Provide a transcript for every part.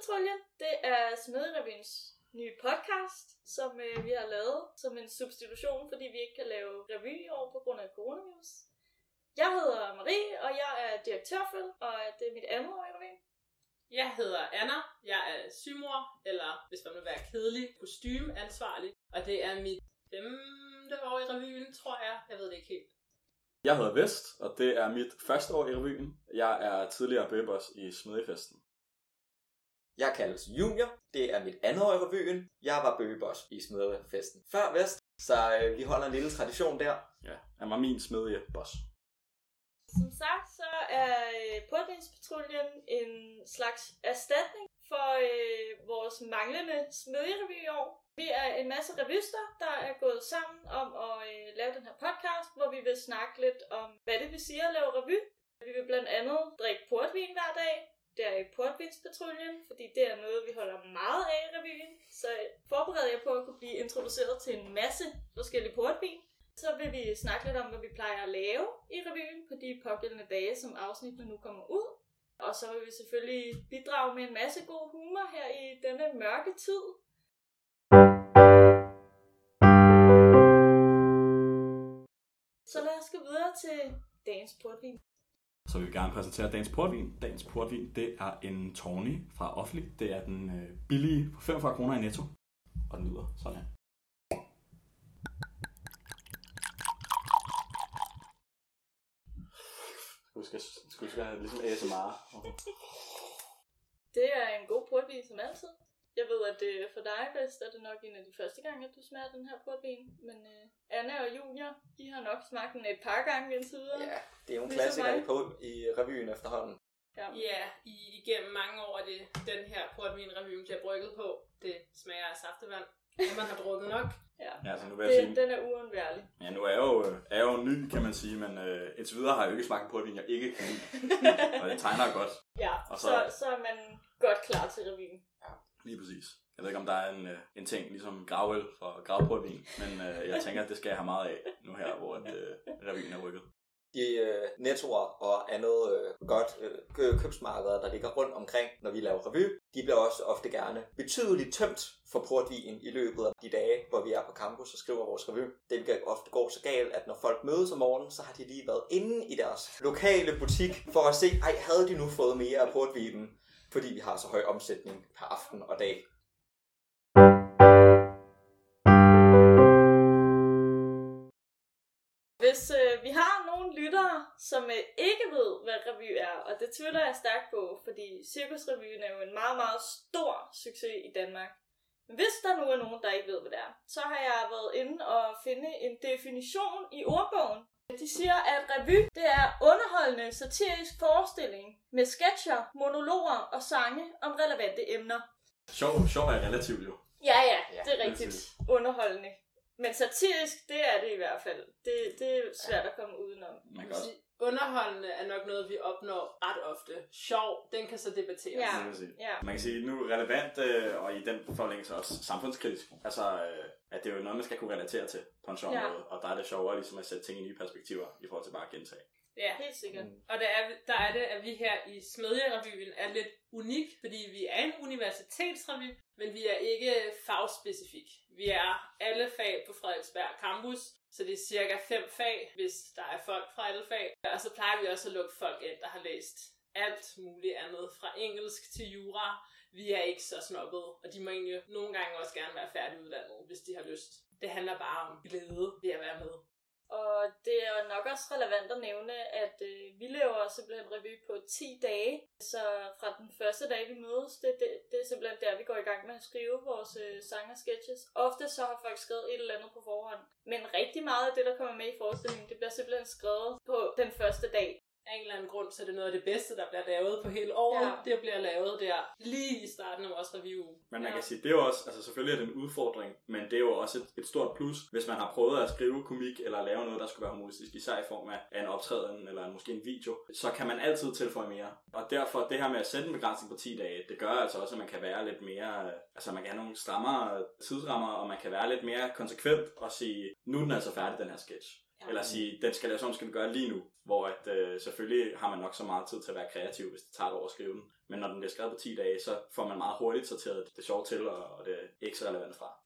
Danspatruljen, det er Smedjerevyens nye podcast, som vi har lavet som en substitution, fordi vi ikke kan lave revy i år på grund af coronavirus. Jeg hedder Marie, og jeg er direktørføl, og det er mit andet år i revyen. Jeg hedder Anna, jeg er sygmor, eller hvis man vil være kedelig, kostymeansvarlig, og det er mit 5. år i revyen, tror jeg. Jeg ved det ikke helt. Jeg hedder Vest, og det er mit første år i revyen. Jeg er tidligere bøgeboss i Smedjefesten. Jeg kaldes Junior. Det er mit andet år i revyen. Jeg var bøgeboss i Smedjefesten før Vest, så vi holder en lille tradition der. Ja, han var min smedjeboss. Som sagt, så er Portvinspatruljen en slags erstatning for vores manglende smedjerevy i år. Vi er en masse revyster, der er gået sammen om at lave den her podcast, hvor vi vil snakke lidt om, hvad det vil sige at lave revy. Vi vil blandt andet drikke portvin hver dag. Det er i Portvinspatruljen, fordi det er noget, vi holder meget af i revyen. Så forbereder jeg på at kunne blive introduceret til en masse forskellige portvin. Så vil vi snakke lidt om, hvad vi plejer at lave i revyen på de pågældende dage, som afsnittene nu kommer ud. Og så vil vi selvfølgelig bidrage med en masse god humor her i denne mørke tid. Så lad os gå videre til dagens portvin. Så vil vi gerne præsentere dagens portvin. Dagens portvin, det er en Tawny fra Offentlig. Det er den billige for 45 kroner i Netto. Og den lyder sådan her. Skal du have ligesom ASMR? Okay. Det er en god portvin som altid. Jeg ved, at for dig, Vest, er det nok en af de første gange, at du smager den her portvin. Men Anna og Junior, de har nok smagt den et par gange indtil videre. Ja, det er jo en klassiker i revyen efterhånden. Ja, igennem mange år er det den her portvin, revyen bliver brygget på. Det smager af saftevand, når man har drukket nok. Ja, altså nu vil jeg sige, den er uundværlig. Ja, nu er jeg jo ny, kan man sige, men indtil videre har jeg jo ikke smagt en portvin, jeg ikke kan lide. Og det tegner godt. Ja, og så er man godt klar til revyen. Ja, lige præcis. Jeg ved ikke, om der er en ting, ligesom gravøl for gravportvin, men jeg tænker, at det skal jeg have meget af nu her, hvor revyen er rykket. De nettoer og andet godt købsmarkeder, der ligger rundt omkring, når vi laver revy, de bliver også ofte gerne betydeligt tømt for portvin i løbet af de dage, hvor vi er på campus og skriver vores revy. Det kan ofte gå så galt, at når folk mødes om morgenen, så har de lige været inde i deres lokale butik for at se, havde de nu fået mere af portvinen, fordi vi har så høj omsætning per aften og dag. Hvis vi har nogle lyttere, som ikke ved, hvad revy er, og det tvivler jeg stærkt på, fordi Cirkusrevyen er jo en meget, meget stor succes i Danmark. Men hvis der nu er nogen, der ikke ved, hvad det er, så har jeg været inde og finde en definition i ordbogen. De siger, at revy, det er underholdende satirisk forestilling med sketcher, monologer og sange om relevante emner. Sjov er relativt jo. Ja, det er rigtigt underholdende. Men satirisk, det er det i hvert fald. Det er svært at komme udenom. Underholdende er nok noget, vi opnår ret ofte. Sjov, den kan så debatteres. Ja. Man kan sige, nu relevant, og i den forlængelse også samfundskritisk. Altså, at det er jo noget, man skal kunne relatere til på en sjov måde. Og der er det sjovere ligesom at sætte ting i nye perspektiver, i forhold til bare at gentage. Ja, helt sikkert. Og der er det, at vi her i Smedjerevyen er lidt unik, fordi vi er en universitetsrevy, men vi er ikke fagspecifik. Vi er alle fag på Frederiksberg Campus, så det er cirka 5 fag, hvis der er folk fra alle fag. Og så plejer vi også at lukke folk ind, der har læst alt muligt andet, fra engelsk til jura. Vi er ikke så snobbet, og de må egentlig nogle gange også gerne være færdiguddannet, hvis de har lyst. Det handler bare om glæde ved at være med. Og det er jo nok også relevant at nævne, at vi laver simpelthen revy på 10 dage. Så fra den første dag, vi mødes, det er simpelthen der, vi går i gang med at skrive vores sange og sketches. Ofte så har folk skrevet et eller andet på forhånd. Men rigtig meget af det, der kommer med i forestillingen, det bliver simpelthen skrevet på den første dag. Af en eller anden grund, så er det noget af det bedste, der bliver lavet på hele året. Ja. Det bliver lavet der lige i starten af vores review. Men man kan sige, det er jo også, altså selvfølgelig er det en udfordring, men det er jo også et stort plus, hvis man har prøvet at skrive komik eller lave noget, der skulle være humoristisk, især i form af en optræden eller måske en video, så kan man altid tilføje mere. Og derfor det her med at sætte en begrænsning på 10 dage, det gør altså også, at man kan være lidt mere, altså man kan have nogle strammere tidsrammer, og man kan være lidt mere konsekvent og sige, nu er den altså færdig, den her sketch. Eller sige, den skal laves om, skal vi gøre lige nu. Hvor at, selvfølgelig har man nok så meget tid til at være kreativ, hvis det tager et år at skrive den. Men når den bliver skrevet på 10 dage, så får man meget hurtigt sorteret det sjove til, og det ikke så relevant fra.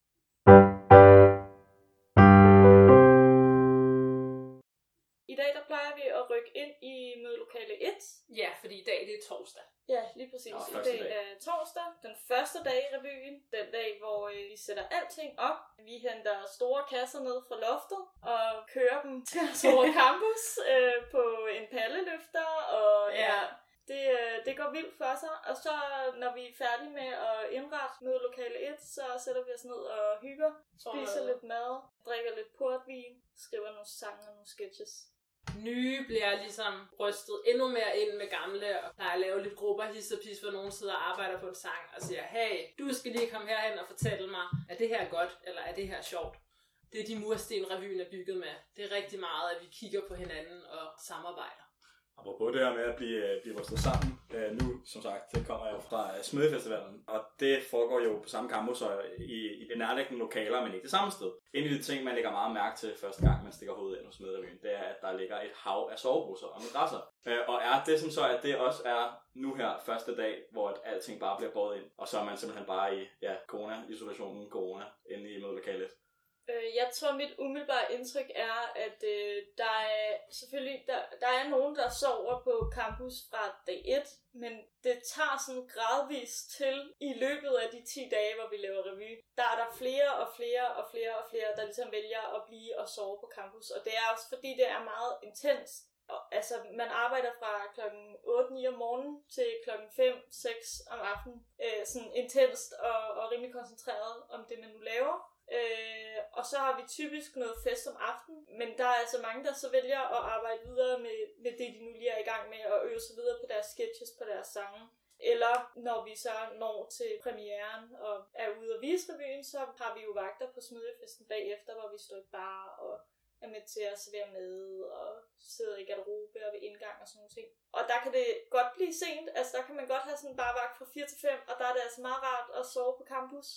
I dag der plejer vi at rykke ind i mødelokale 1. Ja, fordi i dag det er torsdag. Ja, lige præcis. Nå, I dag er torsdag, den første dag i revyen. Den dag, hvor vi sætter alting op. Vi henter store kasser ned fra loftet og kører dem til over campus på en palleløfter. Og ja, det går vildt for sig. Og så når vi er færdige med at indrette mødelokale 1, så sætter vi os ned og hygger. Spiser lidt mad, drikker lidt portvin, skriver nogle sange og nogle sketches. Nye bliver ligesom rystet endnu mere ind med gamle, og plejer at lave lidt grupper his og pis, hvor nogen sidder og arbejder på en sang og siger, hey, du skal lige komme herhen og fortælle mig, er det her godt, eller er det her sjovt? Det er de mursten, revyen er bygget med. Det er rigtig meget, at vi kigger på hinanden og samarbejder. Apropos det her med at blive rystet sammen, nu som sagt, det kommer jo fra Smedjefestivalen, og det foregår jo på samme campus og i det nærliggende lokaler, men ikke det samme sted. En af de ting, man lægger meget mærke til første gang, man stikker hovedet ind hos Smedjerevyen, det er, at der ligger et hav af soveposer og madrasser. Og er det sådan så, at det også er nu her første dag, hvor at alting bare bliver båret ind, og så er man simpelthen bare i corona-isolationen, corona, inde i mødelokalet? Jeg tror, mit umiddelbare indtryk er, at der er selvfølgelig der er nogen, der sover på campus fra dag 1, men det tager sådan gradvist til i løbet af de 10 dage, hvor vi laver revy. Der er der flere og flere, der ligesom vælger at blive og sove på campus, og det er også fordi, det er meget intenst. Altså, man arbejder fra klokken 8-9 om morgenen til klokken 5-6 om aftenen. Sådan intenst og rimelig koncentreret om det, man nu laver. Og så har vi typisk noget fest om aftenen, men der er altså mange, der så vælger at arbejde videre med det, de nu lige er i gang med, og øve sig videre på deres sketches, på deres sange. Eller når vi så når til premieren og er ude og vise revyen, så har vi jo vagter på Smedjefesten bagefter, hvor vi står i bar og er med til at servere mad og sidder i garderobe og ved indgang og sådan nogle ting. Og der kan det godt blive sent, altså der kan man godt have sådan en barvagt fra 4 til 5, og der er det altså meget rart at sove på campus.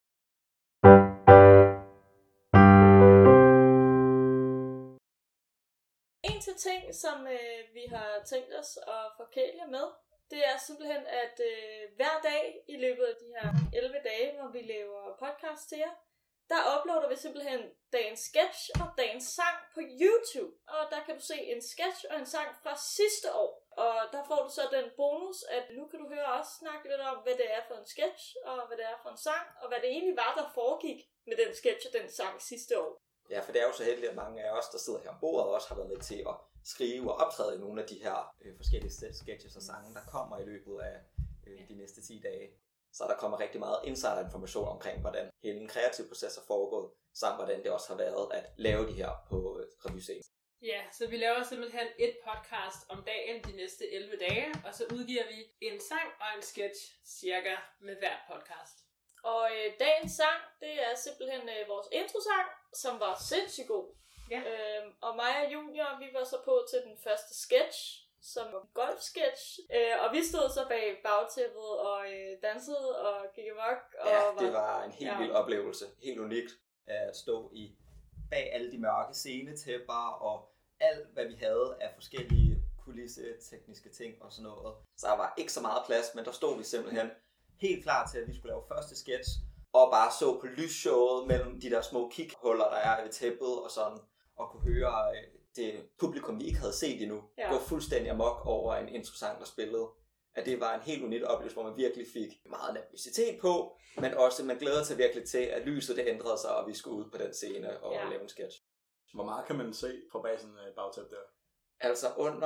En til ting, som vi har tænkt os at forkæle jer med, det er simpelthen, at hver dag i løbet af de her 11 dage, hvor vi laver podcast til jer, der uploader vi simpelthen dagens sketch og dagens sang på YouTube. Og der kan du se en sketch og en sang fra sidste år. Og der får du så den bonus, at nu kan du høre os snakke lidt om, hvad det er for en sketch, og hvad det er for en sang, og hvad det egentlig var, der foregik med den sketch og den sang sidste år. Ja, for det er jo så heldigt, at mange af os, der sidder her ombord, også har været med til at skrive og optræde i nogle af de her forskellige sketches og sange, der kommer i løbet af de næste 10 dage. Så der kommer rigtig meget insider-information omkring, hvordan hele den kreative proces er foregået, samt hvordan det også har været at lave de her på revyscenen. Ja, så vi laver simpelthen et podcast om dagen de næste 11 dage, og så udgiver vi en sang og en sketch cirka med hver podcast. Og dagens sang, det er simpelthen vores introsang, som var sindssygt god. Ja. Og mig og Junior, vi var så på til den første sketch, som var en golfsketch. Og vi stod så bag bagtæppet og dansede og gik amok. Ja, det var en helt vild oplevelse. Helt unikt at stå bag alle de mørke scenetæpper og alt, hvad vi havde af forskellige kulissetekniske ting og sådan noget. Så der var ikke så meget plads, men der stod vi simpelthen helt klar til, at vi skulle lave første sketch, og bare så på lysshowet mellem de der små kighuller, der er ved tæppet og sådan, og kunne høre det publikum, vi ikke havde set endnu, gå fuldstændig amok over en introsang, der spillede. At det var en helt unik oplevelse, hvor man virkelig fik meget nervøsitet på, men også man glæder sig virkelig til, at lyset det ændrede sig, og vi skulle ud på den scene og lave en sketch. Hvor meget kan man se på bag sådan et bagtæppe der? Altså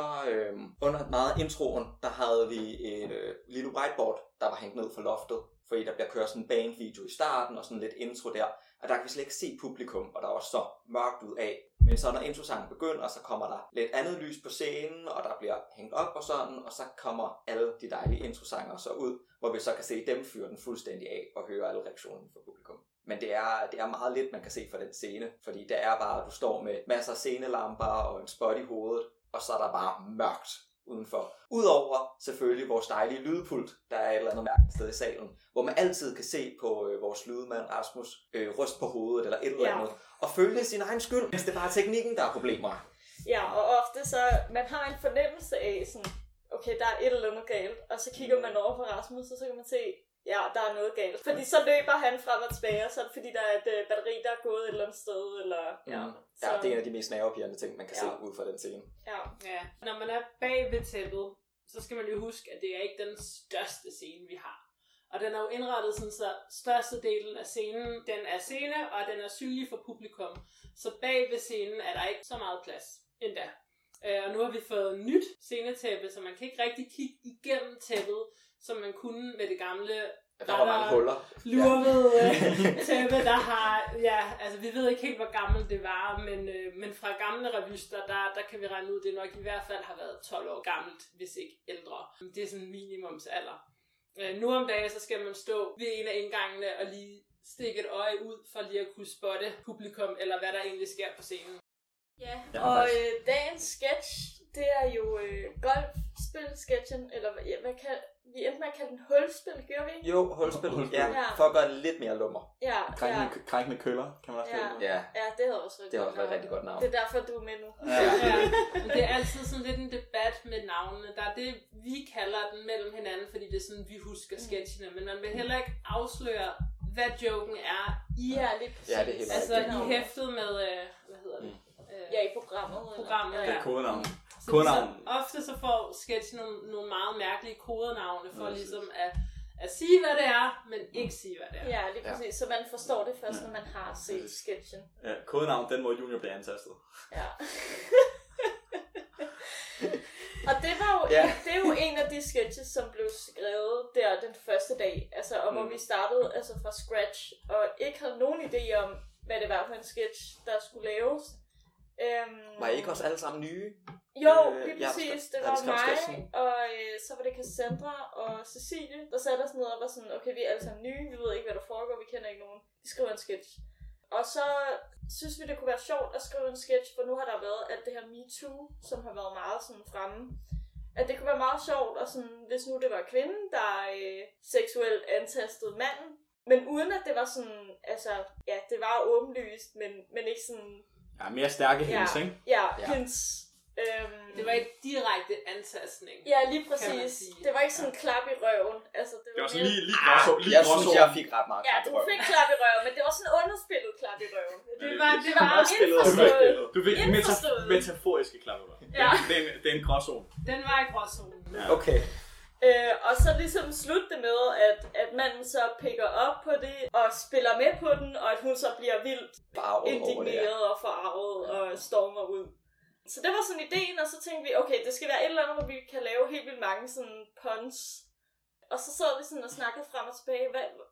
under meget introen, der havde vi et lille whiteboard, der var hængt ned fra loftet, fordi der bliver kørt sådan en bandvideo i starten og sådan lidt intro der, og der kan vi slet ikke se publikum, og der er også så mørkt ud af. Men så når introsangen begynder, så kommer der lidt andet lys på scenen, og der bliver hængt op og sådan, og så kommer alle de dejlige introsanger så ud, hvor vi så kan se dem fyre den fuldstændig af og høre alle reaktionen fra publikum. Men det er meget lidt, man kan se fra den scene, fordi det er bare, at du står med masser af scenelamper og en spot i hovedet, og så er der bare mørkt. udenfor. Udover selvfølgelig vores dejlige lydpult, der er et eller andet mærkeligt sted i salen, hvor man altid kan se på vores lydmand Rasmus ryste på hovedet eller et eller andet, og følge sin egen skyld, hvis det bare er teknikken, der er problemer. Ja, og ofte så, man har en fornemmelse af sådan, okay, der er et eller andet galt, og så kigger man over på Rasmus, og så kan man se, ja, der er noget galt. Fordi så løber han frem og tilbage, og så er det fordi, der er et batteri, der er gået et eller andet sted, eller... Ja, ja, det er en af de mest nervepirrende ting, man kan se ud fra den scene. Ja, når man er bag ved tæppet, så skal man jo huske, at det er ikke den største scene, vi har. Og den er jo indrettet sådan, så størstedelen af scenen, den er scene, og den er synlig for publikum. Så bag ved scenen er der ikke så meget plads endda. Og nu har vi fået nyt scenetæppe, så man kan ikke rigtig kigge igennem tæppet, som man kunne med det gamle... Der var mange huller. Lurvede tæppe, der har... Ja, altså vi ved ikke helt, hvor gammelt det var, men fra gamle revyster, der kan vi regne ud, det nok i hvert fald har været 12 år gammelt, hvis ikke ældre. Det er sådan minimumsalder. Nu om dagen, så skal man stå ved en af indgangene og lige stikke et øje ud, for lige at kunne spotte publikum, eller hvad der egentlig sker på scenen. Ja, og dagens sketch, det er jo golfspil-sketchen, eller hvad kan vi endte med at kalde den hulspil, gjorde vi ikke? Jo, hulspil, ja, for at gøre det lidt mere lummer. Ja, Krænkende køller, kan man også kalde det. Ja, det havde også været et rigtig godt navn. Det er derfor, du er med nu. Ja. Men det er altid sådan lidt en debat med navnene. Der er det, vi kalder den mellem hinanden, fordi det er sådan, vi husker sketchene, men man vil heller ikke afsløre, hvad joken er i. Ja, lige præcis. Ja, det er helt altså i hæftet med, hvad hedder det? Ja, i programmet. Ja. Det er kodenavn. Så ofte så får sketchen nogle meget mærkelige kodenavne for ligesom at sige, hvad det er, men ikke sige, hvad det er. Ja, lige præcis. Så man forstår det først, når man har set sketchen. Ja, kodenavn, den må Junior blive antastet. Ja. Og det var jo, det er jo en af de sketches, som blev skrevet der den første dag. Altså, og hvor vi startede altså fra scratch, og ikke havde nogen idé om, hvad det var for en sketch, der skulle laves. Var I ikke også alle sammen nye? Jo, lige præcis. Det var mig, sketchen. og så var det Cassandra og Cecilie, der satte os ned og var sådan, okay, vi er alle sammen nye, vi ved ikke, hvad der foregår, vi kender ikke nogen. Vi skriver en sketch. Og så synes vi, det kunne være sjovt at skrive en sketch, for nu har der været alt det her MeToo, som har været meget sådan fremme. At det kunne være meget sjovt, og sådan, hvis nu det var kvinden, der seksuelt antastede manden, men uden at det var sådan, altså, ja, det var åbenlyst, men ikke sådan... Ja, mere stærke hendes, ikke? Ja, hendes... Det var ikke direkte antastning. Ja, lige præcis. Det var ikke sådan en klap i røven. Altså, det var sådan lige jeg synes, jeg fik ret meget klap i røven. Ja, du fik klap i røven, men det var sådan underspillet klap i røven. Det var indforstået. Du fik metaforiske klap i røven. Ja. Det er en gråzone. Den var i gråzonen. Ja. Okay. Og så ligesom slutte det med, at manden så picker op på det, og spiller med på den, og at hun så bliver vildt indigneret og forarvet og stormer ud. Så det var sådan ideen, og så tænkte vi, okay, det skal være et eller andet, hvor vi kan lave helt vildt mange sådan puns. Og så sad vi sådan og snakkede frem og tilbage,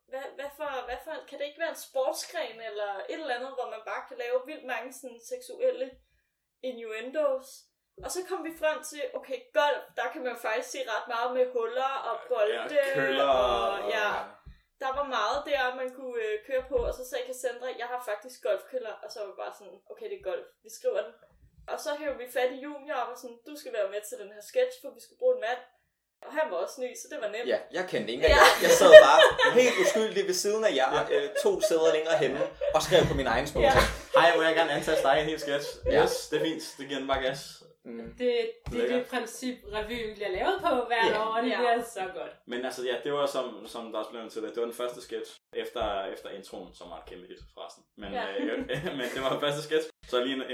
hvad for, kan det ikke være en sportsgren, eller et eller andet, hvor man bare kan lave vildt mange sådan seksuelle innuendos. Og så kom vi frem til, okay, golf, der kan man faktisk se ret meget med huller og bolde, og der var meget der, man kunne køre på, og så sagde Cassandra, jeg har faktisk golfkøller, og så var vi bare sådan, okay, det er golf, vi skriver den. Og så hævde vi fat i Junior og var sådan, du skal være med til den her sketch, for vi skal bruge en mand. Og han var også ny, så det var nemt. Ja, jeg kendte ingen af jer. Jeg sad bare helt uskyldig ved siden af jer, 2 sæder længere henne, og skrev på min egen spil. Hej, må jeg gerne antaste dig i en hel sketch? Yes, det er fint, det giver den bare gas. Det er det princip, revyen bliver lavet på hvert år, og det bliver så godt. Men altså, ja, det var som der også blev til det. Det var den første sketch efter introen, som var et kæmpe hit forresten. Men det var den første sketch, så lige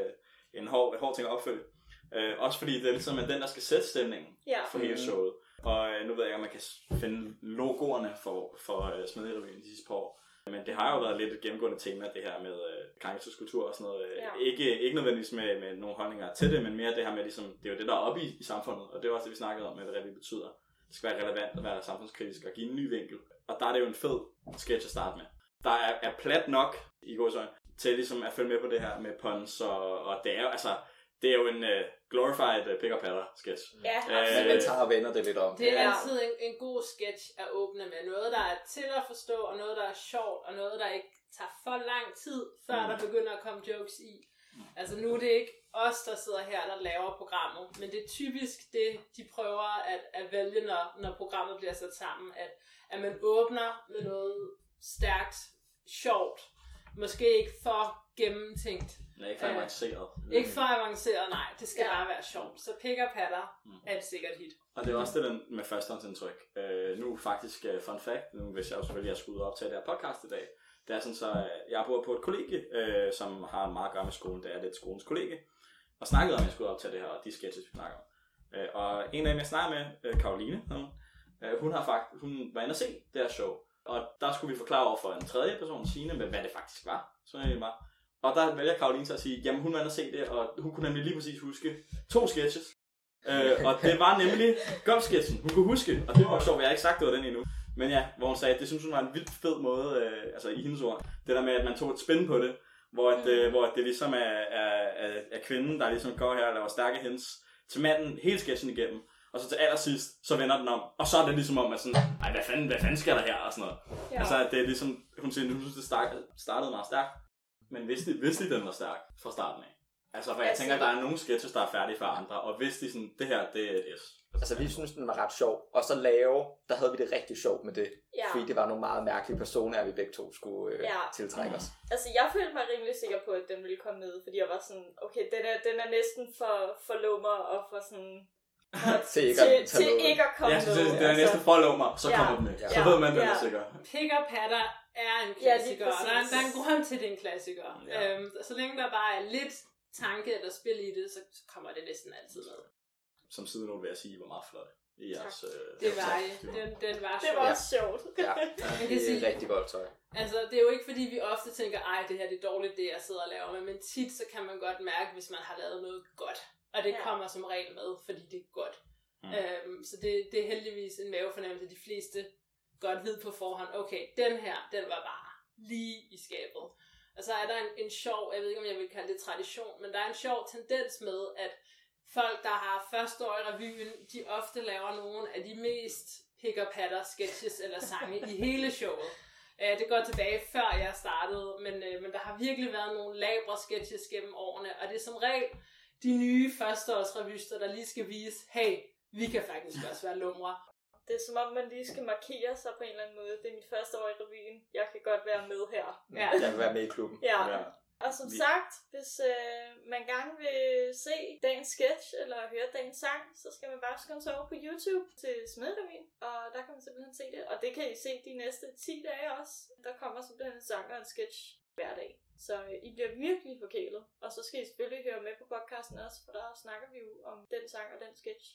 en hård ting at opfølge. Også fordi det er ligesom den, der skal sætte stemningen for hele showet. Og nu ved jeg ikke, om man kan finde logoerne for Smedjerevyen de sidste par år. Men det har jo været lidt et gennemgående tema, det her med krænkelseskultur og sådan noget. Ikke nødvendigvis med nogle holdninger til det, men mere det her med, ligesom, det er jo det, der er oppe i samfundet. Og det er også det, vi snakkede om, hvad det rigtig betyder. Det skal være relevant at være samfundskritisk og give en ny vinkel. Og der er det jo en fed sketch at starte med. Der er plat nok i gåseøjne til ligesom at følge med på det her med puns, og det er jo altså... Det er jo en glorified pick-up-patter-sketch. Ja, man tager og vender det lidt om. Det er altid en god sketch at åbne med. Noget, der er til at forstå, og noget, der er sjovt, og noget, der ikke tager for lang tid, før der begynder at komme jokes i. Altså nu er det ikke os, der sidder her, der laver programmet, men det er typisk det, de prøver at vælge, når programmet bliver sat sammen, at man åbner med noget stærkt, sjovt, måske ikke for gennemtænkt. Nej, ikke for avanceret. Ikke for avanceret, nej. Det skal bare være sjovt. Så Pik og Patter er et sikkert hit. Og det er også det med førstehåndsindtryk. Nu faktisk, fun fact, nu hvis jeg jo selvfølgelig har skudt op til det her podcast i dag, det er sådan så, jeg bor på et kollegie, som har meget at gøre med skolen, det er lidt skolens kollegie, og snakkede om, at jeg skulle op til det her, og de sketches, vi snakker om. Og en af dem, jeg snakker med, Karoline, hun var inde at se det her show, og der skulle vi forklare over for en tredje person, Signe, hvad det faktisk var, sådan det var. Og der vælger Karoline så at sige, jamen hun var inde at se det, og hun kunne nemlig lige præcis huske 2 sketches. Og det var nemlig golfsketchen, hun kunne huske, og det var sjovt, jeg har ikke sagt, det var den endnu. Men ja, hvor hun sagde, at det synes hun var en vildt fed måde, altså i hendes ord, det der med, at man tog et spin på det, hvor det ligesom er kvinden, der ligesom går her og laver stærke hints til manden hele sketchen igennem, og så til allersidst, så vender den om, og så er det ligesom om, at sådan, ej, hvad fanden sker der her, og sådan noget. Ja. Altså, det er ligesom, hun siger, hun synes, det startede meget stærkt, men vidste de, den var stærk fra starten af. Altså, for jeg tænker, at der er nogle sketches, der er færdige for andre, og hvis de sådan, det her, det er et S. Altså, vi synes, den var ret sjov. Og så der havde vi det rigtig sjovt med det. Ja. Fordi det var nogle meget mærkelige personer, vi begge to skulle tiltrække os. Altså, jeg følte mig rimelig sikker på, at den ville komme med, fordi jeg var sådan, okay, den er næsten for lummer og for sådan... til ikke at komme med. Ja, det er næsten for lummer, så kommer den med. Så ved man, den er sikker. Pik og Patter er en klassiker, der er en grund til, det er en klassiker. Ja. Så længe der bare er lidt tanke eller spil i det, så kommer det næsten altid med. Som sidenote vil jeg sige, var meget flot i jeres... Det var den var sjovt. Det var også sjovt. Ja, det er rigtig godt tøj. Altså, det er jo ikke fordi, vi ofte tænker, ej, det her det er dårligt, det jeg sidder og laver, men tit så kan man godt mærke, hvis man har lavet noget godt. Og det kommer som regel med, fordi det er godt. Så det er heldigvis en mavefornemmelse, de fleste godt ved på forhånd, okay, den her, den var bare lige i skabet. Og så er der en sjov, jeg ved ikke om jeg vil kalde det tradition, men der er en sjov tendens med, at folk, der har første år i revyen, de ofte laver nogle af de mest Pik og Patter sketches eller sange i hele showet. Det går tilbage før jeg startede, men der har virkelig været nogle labre sketches gennem årene, og det er som regel de nye førsteårsrevyster, der lige skal vise, hey, vi kan faktisk også være lumre. Det er som om, man lige skal markere sig på en eller anden måde. Det er mit første år i revyen. Jeg kan godt være med her. Ja. Jeg vil være med i klubben. Ja. Og som sagt, hvis man gerne vil se dagens sketch eller høre dagens sang, så skal man bare skynde sig over på YouTube til Smedrevyen. Og der kan man simpelthen se det. Og det kan I se de næste 10 dage også. Der kommer simpelthen en sang og en sketch hver dag. Så I bliver virkelig forkælet. Og så skal I selvfølgelig høre med på podcasten også, for der snakker vi jo om den sang og den sketch.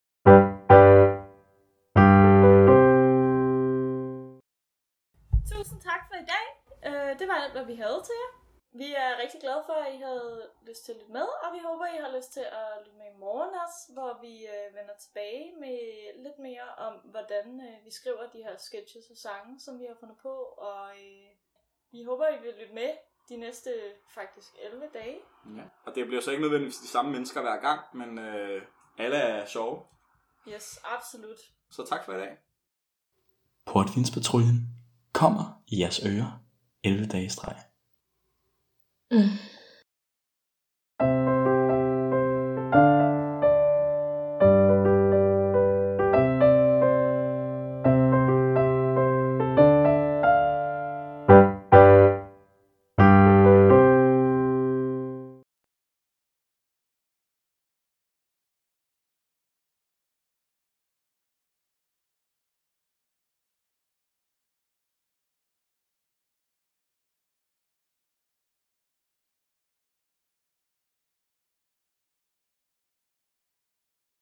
Tusind tak for i dag. Det var alt, hvad vi havde til jer. Vi er rigtig glade for, at I havde lyst til at lytte med, og vi håber, I har lyst til at lytte med i morgen også, hvor vi vender tilbage med lidt mere om, hvordan vi skriver de her sketches og sange, som vi har fundet på, og vi håber, I vil lytte med de næste faktisk 11 dage. Ja. Og det bliver så ikke nødvendigvis de samme mennesker hver gang, men alle er sjove. Yes, absolut. Så tak for i dag. Portvinspatruljen kommer i jeres ører 11 dage i streg.